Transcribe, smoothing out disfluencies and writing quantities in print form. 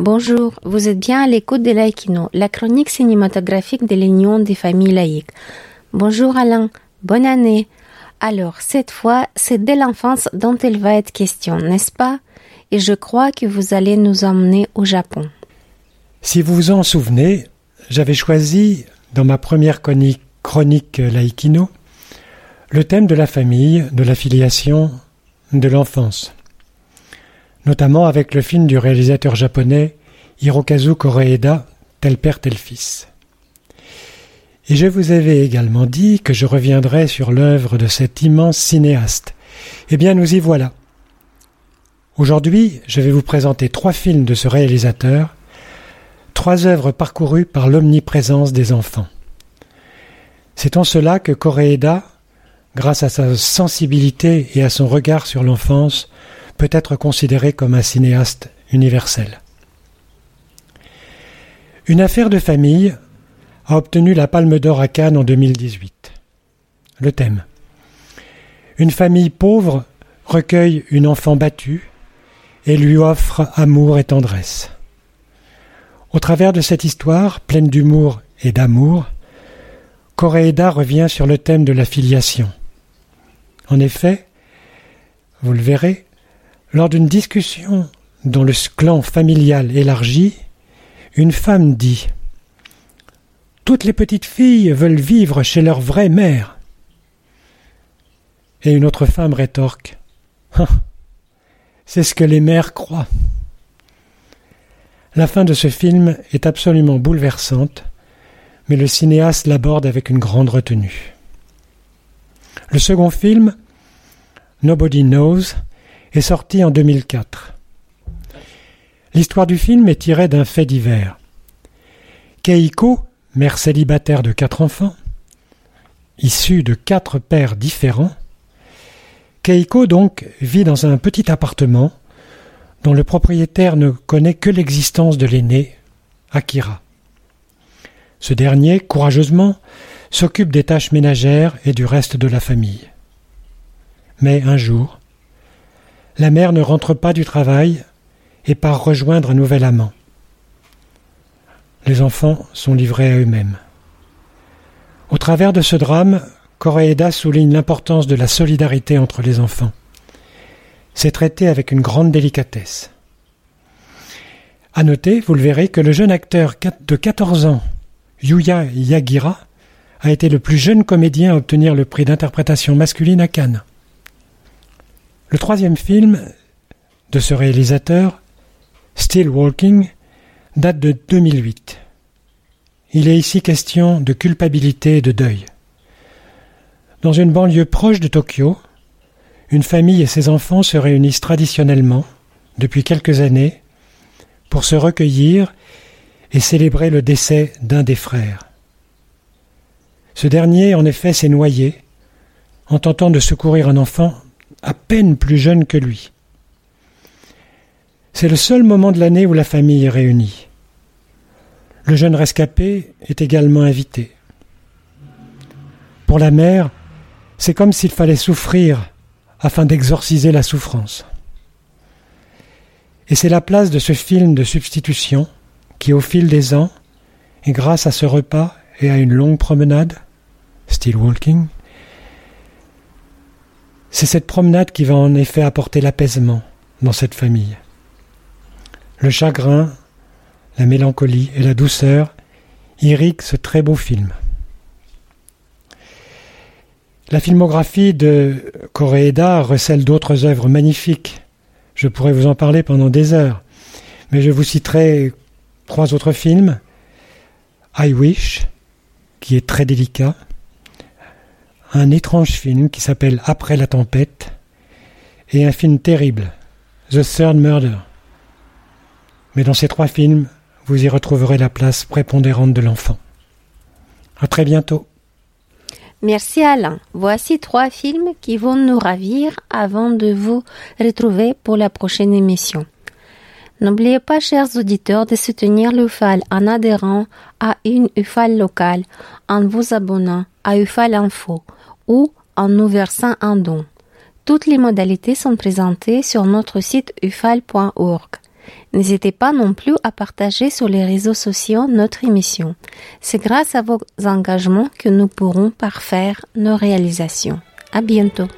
Bonjour, vous êtes bien à l'écoute de Laïkino, la chronique cinématographique de l'Union des familles laïques. Bonjour Alain, bonne année. Alors, cette fois, c'est dès l'enfance dont il va être question, n'est-ce pas? Et je crois que vous allez nous emmener au Japon. Si vous vous en souvenez, j'avais choisi, dans ma première chronique Laïkino, le thème de la famille, de la filiation, de l'enfance. Notamment avec le film du réalisateur japonais Hirokazu Koreeda, Tel père, tel fils. Et je vous avais également dit que je reviendrais sur l'œuvre de cet immense cinéaste. Eh bien, nous y voilà. Aujourd'hui, je vais vous présenter 3 films de ce réalisateur, 3 œuvres parcourues par l'omniprésence des enfants. C'est en cela que Koreeda, grâce à sa sensibilité et à son regard sur l'enfance, peut être considéré comme un cinéaste universel. Une affaire de famille a obtenu la Palme d'Or à Cannes en 2018. Le thème. Une famille pauvre recueille une enfant battue et lui offre amour et tendresse. Au travers de cette histoire, pleine d'humour et d'amour, Koreeda revient sur le thème de la filiation. En effet, vous le verrez, lors d'une discussion dans le clan familial élargi, une femme dit « Toutes les petites filles veulent vivre chez leur vraie mère. » Et une autre femme rétorque « C'est ce que les mères croient. » La fin de ce film est absolument bouleversante, mais le cinéaste l'aborde avec une grande retenue. Le second film, Nobody Knows, est sorti en 2004. L'histoire du film est tirée d'un fait divers. Keiko, mère célibataire de 4 enfants, issue de 4 pères différents, Keiko donc vit dans un petit appartement dont le propriétaire ne connaît que l'existence de l'aîné, Akira. Ce dernier, courageusement, s'occupe des tâches ménagères et du reste de la famille. Mais un jour, la mère ne rentre pas du travail et part rejoindre un nouvel amant. Les enfants sont livrés à eux-mêmes. Au travers de ce drame, Koreeda souligne l'importance de la solidarité entre les enfants. C'est traité avec une grande délicatesse. À noter, vous le verrez, que le jeune acteur de 14 ans, Yuya Yagira, a été le plus jeune comédien à obtenir le prix d'interprétation masculine à Cannes. Le 3e film de ce réalisateur, Still Walking, date de 2008. Il est ici question de culpabilité et de deuil. Dans une banlieue proche de Tokyo, une famille et ses enfants se réunissent traditionnellement, depuis quelques années, pour se recueillir et célébrer le décès d'un des frères. Ce dernier, en effet, s'est noyé en tentant de secourir un enfant à peine plus jeune que lui. C'est le seul moment de l'année où la famille est réunie. Le jeune rescapé est également invité. Pour la mère, c'est comme s'il fallait souffrir afin d'exorciser la souffrance. Et c'est la place de ce film de substitution qui, au fil des ans, et grâce à ce repas et à une longue promenade, Still Walking, c'est cette promenade qui va en effet apporter l'apaisement dans cette famille. Le chagrin, la mélancolie et la douceur irriguent ce très beau film. La filmographie de Koreeda recèle d'autres œuvres magnifiques. Je pourrais vous en parler pendant des heures, mais je vous citerai 3 autres films. I Wish, qui est très délicat. Un étrange film qui s'appelle Après la tempête, et un film terrible, The Third Murder. Mais dans ces 3 films, vous y retrouverez la place prépondérante de l'enfant. À très bientôt. Merci Alain. Voici 3 films qui vont nous ravir avant de vous retrouver pour la prochaine émission. N'oubliez pas, chers auditeurs, de soutenir l'UFAL en adhérant à une UFAL locale, en vous abonnant à UFAL Info ou en nous versant un don. Toutes les modalités sont présentées sur notre site ufal.org. N'hésitez pas non plus à partager sur les réseaux sociaux notre émission. C'est grâce à vos engagements que nous pourrons parfaire nos réalisations. À bientôt.